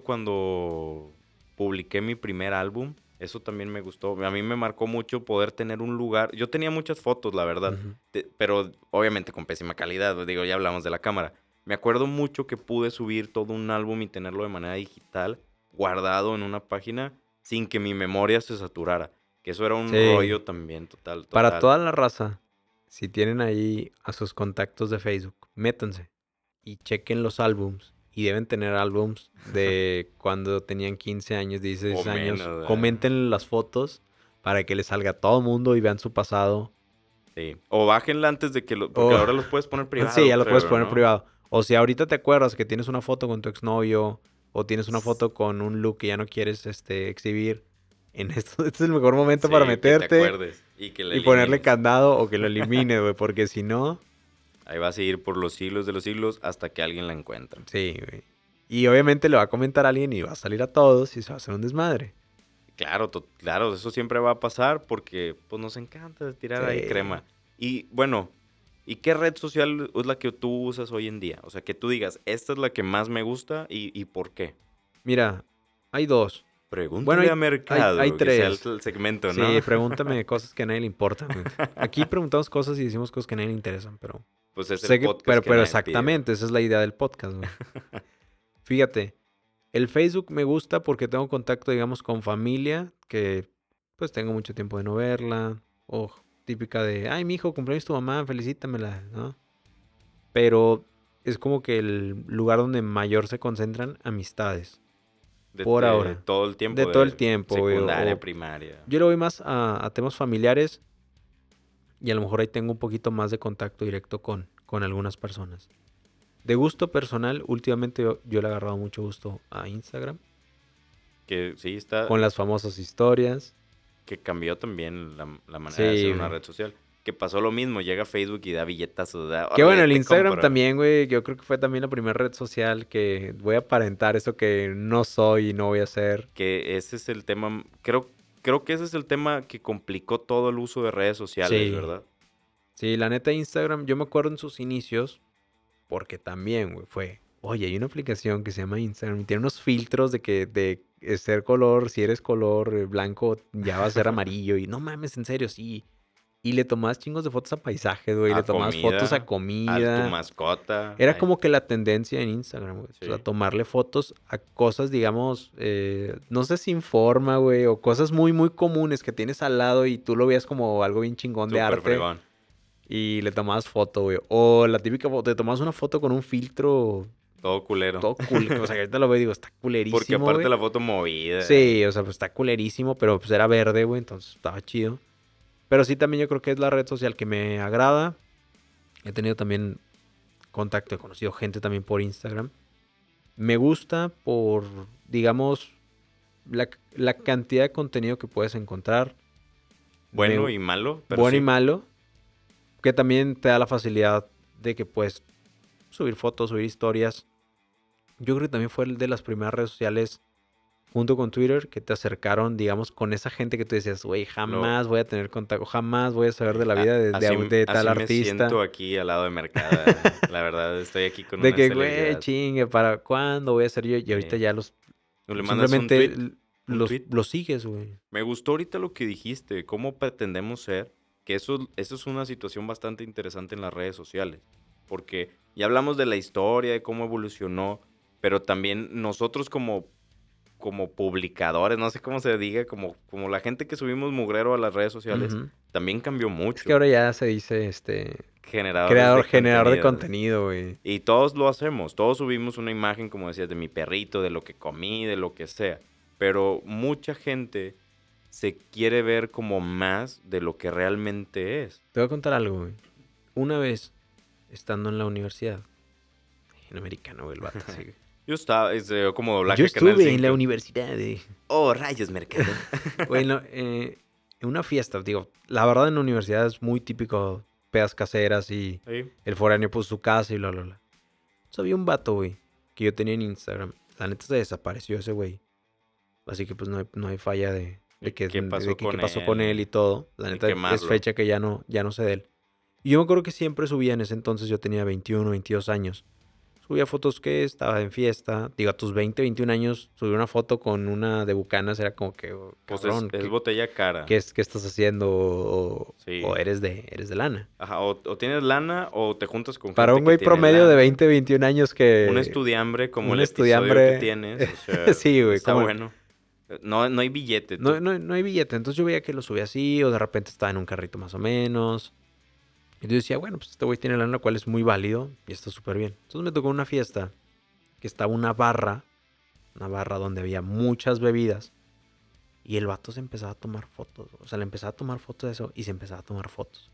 cuando publiqué mi primer álbum, eso también me gustó. A mí me marcó mucho poder tener un lugar. Yo tenía muchas fotos, la verdad, Ujú. pero obviamente con pésima calidad. Digo, ya hablamos de la cámara. Me acuerdo mucho que pude subir todo un álbum y tenerlo de manera digital, guardado en una página, sin que mi memoria se saturara. Que eso era un Sí. rollo también total. Para toda la raza, si tienen ahí a sus contactos de Facebook, métanse y chequen los álbums. Y deben tener álbums de cuando tenían 15 años, 16 O años. menos, Comenten las fotos para que les salga a todo mundo y vean su pasado. Sí. O bájenla antes de que porque ahora los puedes poner privados. Sí, ya los puedes poner ¿no? privado. O si ahorita te acuerdas que tienes una foto con tu exnovio o tienes una foto con un look que ya no quieres exhibir, este es el mejor momento Sí, para que te meterte acuerdes y que le ponerle elimines. candado o que lo elimine, güey, porque si no... Ahí va a seguir por los siglos de los siglos hasta que alguien la encuentre. Sí, güey. Y obviamente le va a comentar a alguien y va a salir a todos y se va a hacer un desmadre. Claro, claro, eso siempre va a pasar porque pues nos encanta tirar ahí Sí. crema. Y bueno, ¿y qué red social es la que tú usas hoy en día? O sea, que tú digas, esta es la que más me gusta y ¿por qué? Mira, hay dos. Pregúntale a Mercado, hay que sea tres. el segmento, ¿no? Sí, pregúntame cosas que a nadie le importan, güey. Aquí preguntamos cosas y decimos cosas que a nadie le interesan, pero... Pues es sé el que- podcast que pero nadie exactamente, esa es la idea del podcast, güey. Fíjate, el Facebook me gusta porque tengo contacto, digamos, con familia que pues tengo mucho tiempo de no verla. O típica de, ay, mi hijo, cumpleaños tu mamá, felicítamela, ¿no? Pero es como que el lugar donde mayor se concentran amistades. Por ahora. Todo el tiempo. De todo el tiempo, güey. Secundaria, primaria. Yo lo voy más a temas familiares y a lo mejor ahí tengo un poquito más de contacto directo con algunas personas. De gusto personal, últimamente yo le he agarrado mucho gusto a Instagram. Que sí está... Con las famosas historias. Que cambió también la manera Sí, de hacer una güey. red social. Que pasó lo mismo, llega Facebook y da billetazos. Que bueno, el te Instagram compro. también, güey, yo creo que fue también la primera red social que voy a aparentar eso que no soy y no voy a hacer. Que ese es el tema, creo que ese es el tema que complicó todo el uso de redes sociales, Sí. ¿verdad? Sí, la neta Instagram, yo me acuerdo en sus inicios, porque también, güey, fue, oye, hay una aplicación que se llama Instagram y tiene unos filtros de que de ser color, si eres color blanco, ya va a ser amarillo y no mames, en serio, sí. Y le tomabas chingos de fotos a paisajes, güey, le tomabas fotos a A tu comida. mascota. Era Ay, como que la tendencia en Instagram, güey. Sí. O sea, tomarle fotos a cosas, digamos, no sé si en forma, güey, o cosas muy, muy comunes que tienes al lado y tú lo veías como algo bien chingón de súper arte. fregón. Y le tomabas foto, güey. O la típica foto, te tomabas una foto con un filtro Todo culero. todo cool. O sea, que ahorita lo veo y digo, está culerísimo, Porque aparte güey. la foto movida. Sí, o sea, pues está culerísimo, pero pues era verde, güey, entonces estaba chido. Pero sí, también yo creo que es la red social que me agrada. He tenido también contacto, he conocido gente también por Instagram. Me gusta por, digamos, la cantidad de contenido que puedes encontrar. Bueno y malo. Pero Bueno sí. y malo. Que también te da la facilidad de que puedes subir fotos, subir historias. Yo creo que también fue de las primeras redes sociales, junto con Twitter, que te acercaron, digamos, con esa gente que tú decías, güey, jamás voy a tener contacto, jamás voy a saber de la vida de tal así me artista. siento aquí al lado de Mercado. La verdad, estoy aquí con De una que, güey, celebridad. chingue, ¿para cuándo voy a ser yo? Y ahorita Sí. ya los... Le mandas simplemente un tweet. los sigues, güey. Me gustó ahorita lo que dijiste, cómo pretendemos ser, que eso es una situación bastante interesante en las redes sociales, porque ya hablamos de la historia, de cómo evolucionó, pero también nosotros como publicadores, no sé cómo se diga, como la gente que subimos mugrero a las redes sociales, Ujú. también cambió Es que mucho. ahora ya se dice, Generadores de generador de contenido. contenido, güey. Y todos lo hacemos, todos subimos una imagen, como decías, de mi perrito, de lo que comí, de lo que sea. Pero mucha gente se quiere ver como más de lo que realmente es. Te voy a contar algo, güey. Una vez, estando en la universidad, en americano, güey, el vato, así, güey. Yo estaba, como doblaje Yo Canal estuve en la 5. universidad, Oh, rayos, mercado. Bueno, en una fiesta, digo, la verdad en la universidad es muy típico pedas caseras y Sí. el foráneo puso su casa y bla, bla, bla. Entonces había un vato, güey, que yo tenía en Instagram. La neta se desapareció ese güey. Así que pues no hay falla de ¿Y que, qué pasó qué con pasó con él y él? todo. La Y neta es quemarlo. fecha que ya no sé de él. Y yo me acuerdo que siempre subía en ese entonces, yo tenía 21, 22 años. Subía fotos que estaba en fiesta. Digo, a tus 20, 21 años, subir una foto con una de Bucanas era como que, oh, Pues cabrón, es botella cara. qué estás haciendo? Sí. O eres de lana. Ajá, o tienes lana o te juntas con Para gente un que güey tiene promedio de lana. 20, 21 años Un que... estudiambre como Un el episodio que estudiambre... tienes. O sea, sí, güey, está como... bueno. No hay billete. No hay billete. Entonces yo veía que lo subía así o de repente estaba en un carrito más o menos. Y yo decía, bueno, pues este güey tiene lana, lo cual es muy válido y está súper bien. Entonces me tocó una fiesta que estaba una barra donde había muchas bebidas. Y el vato se empezaba a tomar fotos. O sea, le empezaba a tomar fotos de eso y se empezaba a tomar fotos.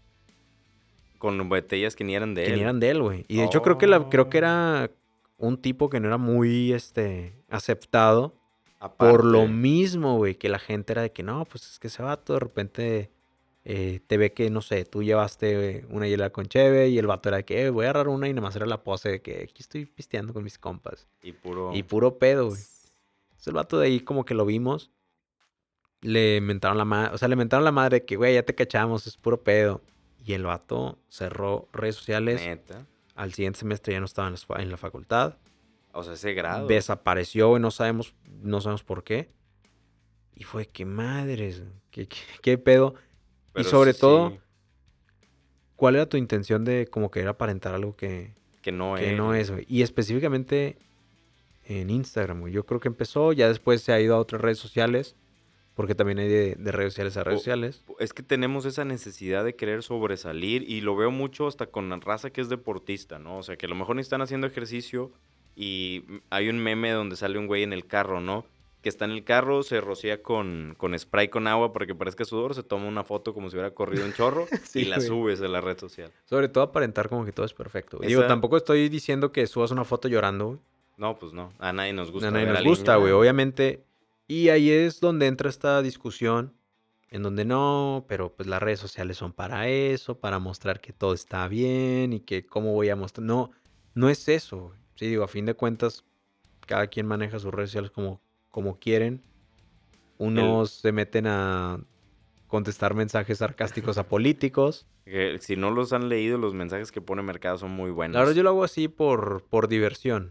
Con botellas que ni eran de Que él. ni eran de él, güey. Y de hecho creo que Oh. era un tipo que no era muy aceptado. Por lo Aparte. mismo, güey, que la gente era de que no, pues es que ese vato de repente te ve que, no sé, tú llevaste una hielera con cheve y el vato era de que voy a agarrar una y nada más era la pose de que aquí estoy pisteando con mis compas. Y puro. Y puro pedo, güey. Entonces el vato de ahí como que lo vimos, le mentaron la madre, o sea, le mentaron la madre de que, güey, ya te cachamos, es puro pedo. Y el vato cerró redes sociales. Neta. Al siguiente semestre ya no estaba en la facultad. O sea, ese grado. Desapareció, güey, no sabemos por qué. Y fue que madres, qué pedo. Pero y sobre sí, todo, sí, ¿cuál era tu intención de como querer aparentar algo que no no es. es, güey? Y específicamente en Instagram, güey. Yo creo que empezó, ya después se ha ido a otras redes sociales, porque también hay de redes sociales a redes sociales. Es que tenemos esa necesidad de querer sobresalir y lo veo mucho hasta con la raza que es deportista, ¿no? O sea, que a lo mejor ni están haciendo ejercicio y hay un meme donde sale un güey en el carro, ¿no? Que está en el carro, se rocía con spray con agua para que parezca sudor, se toma una foto como si hubiera corrido un chorro Sí, y la güey. subes a la red social. Sobre todo aparentar como que todo es perfecto, güey. Digo, Esa- tampoco estoy diciendo que subas una foto llorando, güey. No, pues no. A nadie nos gusta A nadie ver a nos alguien gusta, güey, llorando. obviamente. Y ahí es donde entra esta discusión, en donde no, pero pues las redes sociales son para eso, para mostrar que todo está bien y que cómo voy a mostrar. No, no es eso, güey. Sí, digo, a fin de cuentas, cada quien maneja sus redes sociales como quieren. Unos se meten a contestar mensajes sarcásticos a políticos. Que si no los han leído, los mensajes que pone Mercado son muy buenos. La verdad yo lo hago así por diversión.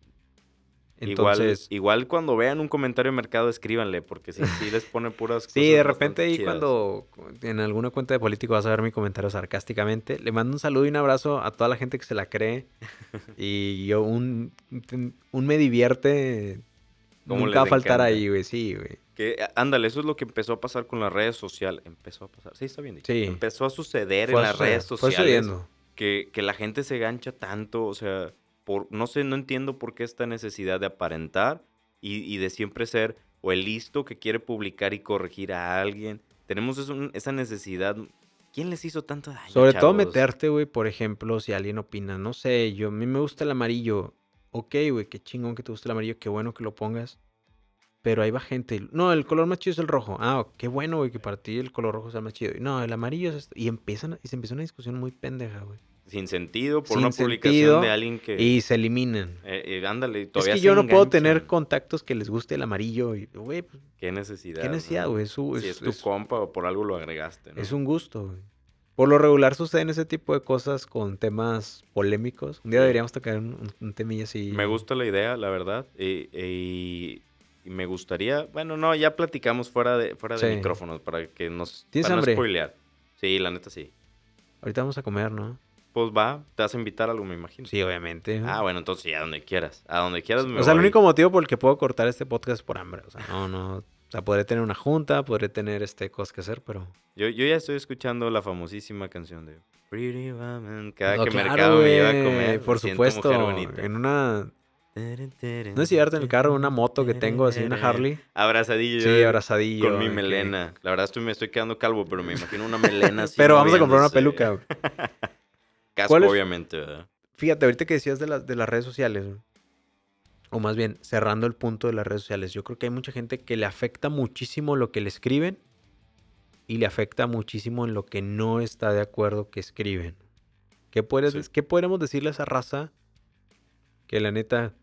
Entonces, igual cuando vean un comentario de Mercado, escríbanle, porque sí les pone puras cosas sí, de bastante repente ahí chidas. cuando en alguna cuenta de político vas a ver mi comentario sarcásticamente, le mando un saludo y un abrazo a toda la gente que se la cree. Y yo un me divierte. Cómo Nunca va a les faltar encanta. ahí, güey, sí, güey. Ándale, eso es lo que empezó a pasar con las redes sociales. Empezó a pasar, sí, está bien dicho. Sí. Empezó a suceder Fue en las redes fue sociales sucediendo. que la gente se gancha tanto, o sea, no sé, no entiendo por qué esta necesidad de aparentar y de siempre ser o el listo que quiere publicar y corregir a alguien. Tenemos esa necesidad. ¿Quién les hizo tanto daño, Sobre todo chavos? meterte, güey, por ejemplo, si alguien opina, no sé, a mí me gusta el amarillo. Ok, güey, qué chingón que te guste el amarillo, qué bueno que lo pongas. Pero ahí va gente. No, el color más chido es el rojo. Ah, qué bueno, güey, que para ti el color rojo sea el más chido. No, el amarillo es esto. Y se empieza una discusión muy pendeja, güey. Sin sentido, por Sin una publicación sentido, de alguien que... Y se eliminan. ándale, Es todavía que se yo no puedo enganchan. tener contactos que les guste el amarillo. Y, güey, pues, ¿Qué necesidad? ¿qué necesidad, güey? Si es tu compa o por algo lo agregaste, ¿no? Es un gusto, güey. Por lo regular suceden ese tipo de cosas con temas polémicos. Un día Sí. deberíamos tocar un temilla así. Me gusta la idea, la verdad. Y me gustaría... Bueno, no, ya platicamos fuera de Sí. micrófonos para que ¿Tienes para hambre? no spoilear. Sí, la neta sí. Ahorita vamos a comer, ¿no? Pues va, te vas a invitar a algo, me imagino. Sí, obviamente. Ah, bueno, entonces sí, a donde quieras. A donde quieras me O sea, el voy. único motivo por el que puedo cortar este podcast es por hambre. O sea, no. O sea, podré tener una junta, podré tener cosas que hacer, pero... Yo ya estoy escuchando la famosísima canción de Pretty Woman. Cada No, que claro, Mercado me lleva a güey, comer, por me siento supuesto. mujer bonita. En una... No es cierto, en el carro, una moto que tengo, así, una Harley. Abrazadillo. Sí, abrazadillo. Con mi de que- melena. La verdad me estoy quedando calvo, pero me imagino una melena así. Pero vamos a comprar una moviéndose. peluca, güey. Casco, ¿Cuál es? obviamente, ¿verdad? Fíjate, ahorita que decías de las redes sociales, güey, o más bien, cerrando el punto de las redes sociales, yo creo que hay mucha gente que le afecta muchísimo lo que le escriben y le afecta muchísimo en lo que no está de acuerdo que escriben. Sí. ¿Qué podremos decirle a esa raza que la neta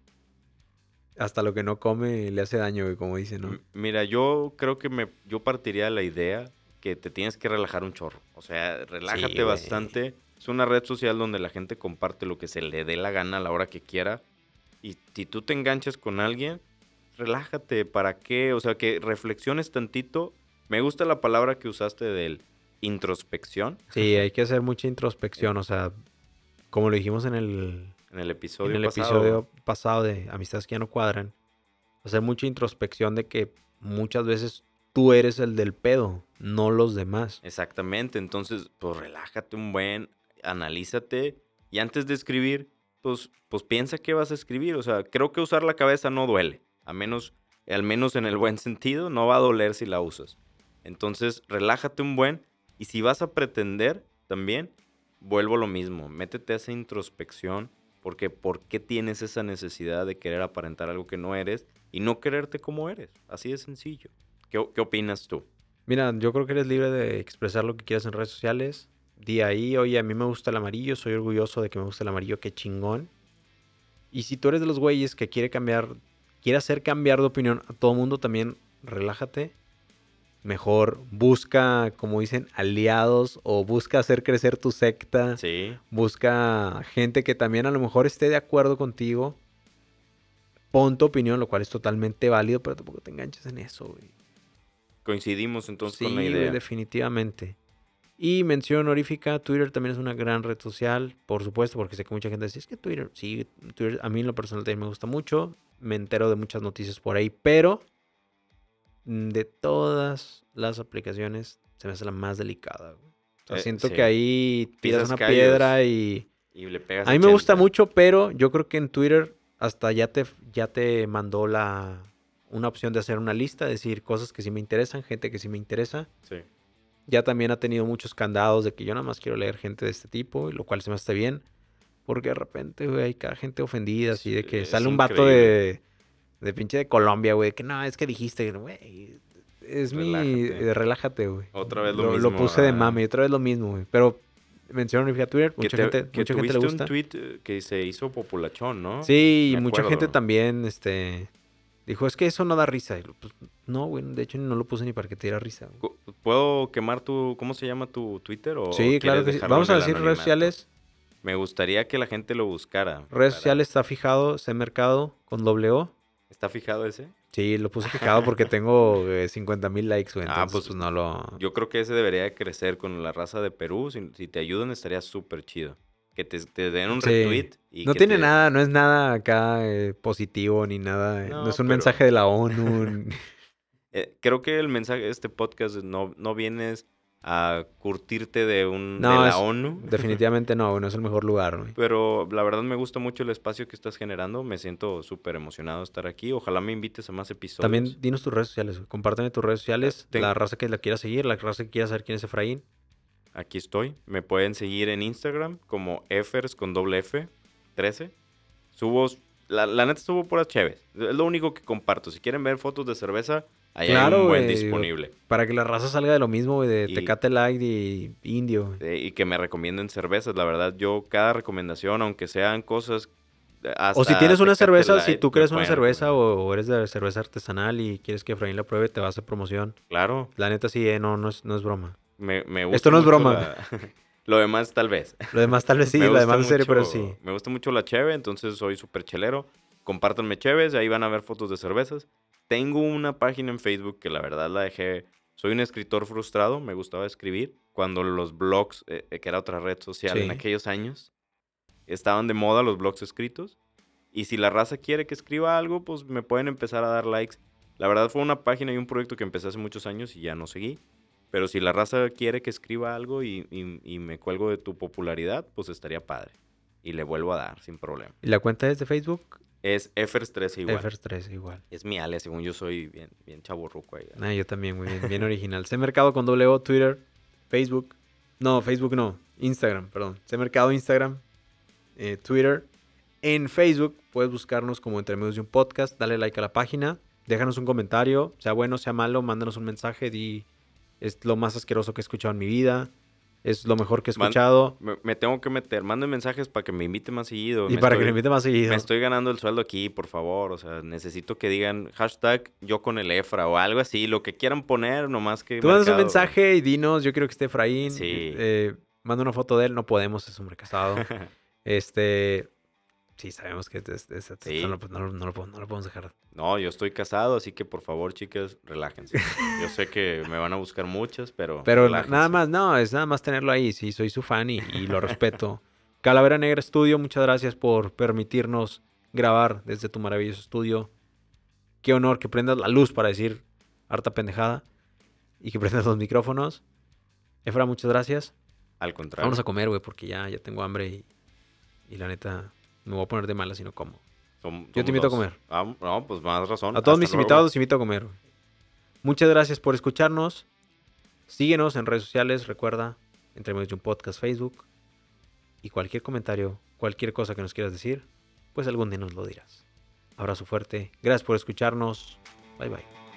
hasta lo que no come le hace daño, güey, como dicen, ¿no? Mira, yo creo que yo partiría de la idea que te tienes que relajar un chorro. O sea, relájate Sí, güey. bastante. Es una red social donde la gente comparte lo que se le dé la gana a la hora que quiera. Y si tú te enganchas con alguien, relájate. ¿Para qué? O sea, que reflexiones tantito. Me gusta la palabra que usaste del introspección Sí, hay que hacer mucha introspección, o sea, como lo dijimos en en el episodio episodio pasado de Amistades que ya no cuadran, hacer mucha introspección de que muchas veces tú eres el del pedo, no los demás. Exactamente. Entonces, pues relájate un buen, analízate. Y antes de escribir, pues piensa qué vas a escribir. O sea, creo que usar la cabeza no duele. Al menos en el buen sentido, no va a doler si la usas. Entonces, relájate un buen. Y si vas a pretender también, vuelvo a lo mismo. Métete a esa introspección. Porque ¿por qué tienes esa necesidad de querer aparentar algo que no eres y no quererte como eres? Así de sencillo. ¿Qué opinas tú? Mira, yo creo que eres libre de expresar lo que quieras en redes sociales. Di ahí, oye, a mí me gusta el amarillo, soy orgulloso de que me gusta el amarillo, qué chingón. Y si tú eres de los güeyes que quiere hacer cambiar de opinión a todo mundo, también relájate. Mejor busca, como dicen, aliados o busca hacer crecer tu secta. Sí. Busca gente que también a lo mejor esté de acuerdo contigo. Pon tu opinión, lo cual es totalmente válido, pero tampoco te enganches en eso, güey. Coincidimos entonces Sí, con la güey, idea. definitivamente. Y mención honorífica, Twitter también es una gran red social, por supuesto, porque sé que mucha gente dice, es que Twitter, sí, Twitter a mí en lo personal también me gusta mucho, me entero de muchas noticias por ahí, pero de todas las aplicaciones se me hace la más delicada, güey. O sea, siento Sí. que ahí tiras Pisas una callos piedra y... y le pegas A mí me gusta 80. mucho, pero yo creo que en Twitter hasta ya te mandó una opción de hacer una lista, decir cosas que sí me interesan, gente que sí me interesa. Sí. Ya también ha tenido muchos candados de que yo nada más quiero leer gente de este tipo, y lo cual se me hace bien. Porque de repente, güey, hay cada gente ofendida, así de que Es sale un vato increíble. de pinche de Colombia, güey, que no, es que dijiste, güey, es Relájate. relájate, güey. Otra vez lo Lo mismo, puse de ¿verdad? mame, y otra vez lo mismo, güey. Pero menciono a Twitter, Que mucha gente le tuviste un gusta. tweet que se hizo populachón, ¿no? Sí, y Me mucha acuerdo. gente también, dijo, es que eso no da risa. Y pues, no, güey, de hecho no lo puse ni para que te diera risa, güey. ¿Puedo quemar ¿cómo se llama tu Twitter? ¿O Sí, claro quieres que sí. dejarlo Vamos en a el decir redes anonimato? sociales. Me gustaría que la gente lo buscara. Redes sociales está fijado, Mercado con doble O. ¿Está fijado ese? Sí, lo puse fijado porque tengo 50,000 likes, güey. Ah, Entonces, pues no lo... yo creo que ese debería de crecer con la raza de Perú. Si te ayudan, estaría súper chido. Que te den un Sí. retweet. Y No que tiene nada, no es nada acá positivo ni nada. No No, es un pero mensaje de la ONU. creo que el mensaje de este podcast no vienes a curtirte de No, la ONU. definitivamente no, güey. No es el mejor lugar, güey. Pero la verdad me gusta mucho el espacio que estás generando. Me siento súper emocionado de estar aquí. Ojalá me invites a más episodios. También dinos tus redes sociales, güey. Compárteme tus redes sociales. La raza que la quiera seguir, la raza que quiera saber quién es Efraín. Aquí estoy. Me pueden seguir en Instagram como Efers con doble F 13. La neta subo puras chéves. Es lo único que comparto. Si quieren ver fotos de cerveza, ahí hay un buen güey, disponible. Para que la raza salga de lo mismo, güey, de Y- Tecate Light y Indio. Y que me recomienden cervezas. La verdad, yo cada recomendación, aunque sean cosas... O si tienes una Tecate cerveza, si Light, tú me crees una pueden cerveza recomendar. o eres de cerveza artesanal y quieres que Efraín la pruebe, te vas a hacer promoción. Claro, La neta sí, no es broma. me gusta Esto no es mucho broma. Lo demás, tal vez. Lo demás tal vez sí, Me lo gusta demás es serio, pero mucho- sí. Me gusta mucho la cheve, entonces soy súper chelero. Compártanme cheves, ahí van a ver fotos de cervezas. Tengo una página en Facebook que la verdad la dejé Soy un escritor frustrado, me gustaba escribir. Cuando los blogs, que era otra red social en Sí. aquellos años, estaban de moda los blogs escritos. Y si la raza quiere que escriba algo, pues me pueden empezar a dar likes. La verdad fue una página y un proyecto que empecé hace muchos años y ya no seguí. Pero si la raza quiere que escriba algo y me cuelgo de tu popularidad, pues estaría padre. Y le vuelvo a dar, sin problema. ¿Y la cuenta es de Facebook? Es Efers13 igual. Efers13 igual. Es mi alias, según yo soy bien chavorruco ahí. Ah, yo también, muy bien. Bien original. C Mercado con doble O, Twitter, Facebook. No, Facebook no. Instagram, perdón. C Mercado, Instagram, Twitter. En Facebook puedes buscarnos como Entre Medios de un Podcast. Dale like a la página. Déjanos un comentario. Sea bueno, sea malo. Mándanos un mensaje. Di, es lo más asqueroso que he escuchado en mi vida. Es lo mejor que he escuchado. Me tengo que meter. Manden mensajes para que me invite más seguido. Y para que me invite más seguido. Me estoy ganando el sueldo aquí, por favor. O sea, necesito que digan hashtag yo con el Efra o algo así. Lo que quieran poner, nomás que... Tú mandas un Mercado. mensaje y dinos, yo quiero que esté Efraín. Sí. Manda una foto de él. No podemos, es hombre casado. Sí, sabemos que Sí. no lo podemos dejar. No, yo estoy casado, así que por favor, chicas, relájense. Yo sé que me van a buscar muchas, pero relájense. Nada más, no, es nada más tenerlo ahí. Sí, soy su fan y lo respeto. Calavera Negra Studio, muchas gracias por permitirnos grabar desde tu maravilloso estudio. Qué honor que prendas la luz para decir harta pendejada y que prendas los micrófonos. Efra, muchas gracias. Al contrario. Vamos a comer, güey, porque ya tengo hambre y la neta me voy a poner de malas si no como. Yo te invito a comer. Ah, no, pues más razón. A todos Hasta mis luego. invitados los invito a comer. Muchas gracias por escucharnos. Síguenos en redes sociales. Recuerda, Entre Medios de un Podcast, Facebook. Y cualquier comentario, cualquier cosa que nos quieras decir, pues algún día nos lo dirás. Abrazo fuerte. Gracias por escucharnos. Bye bye.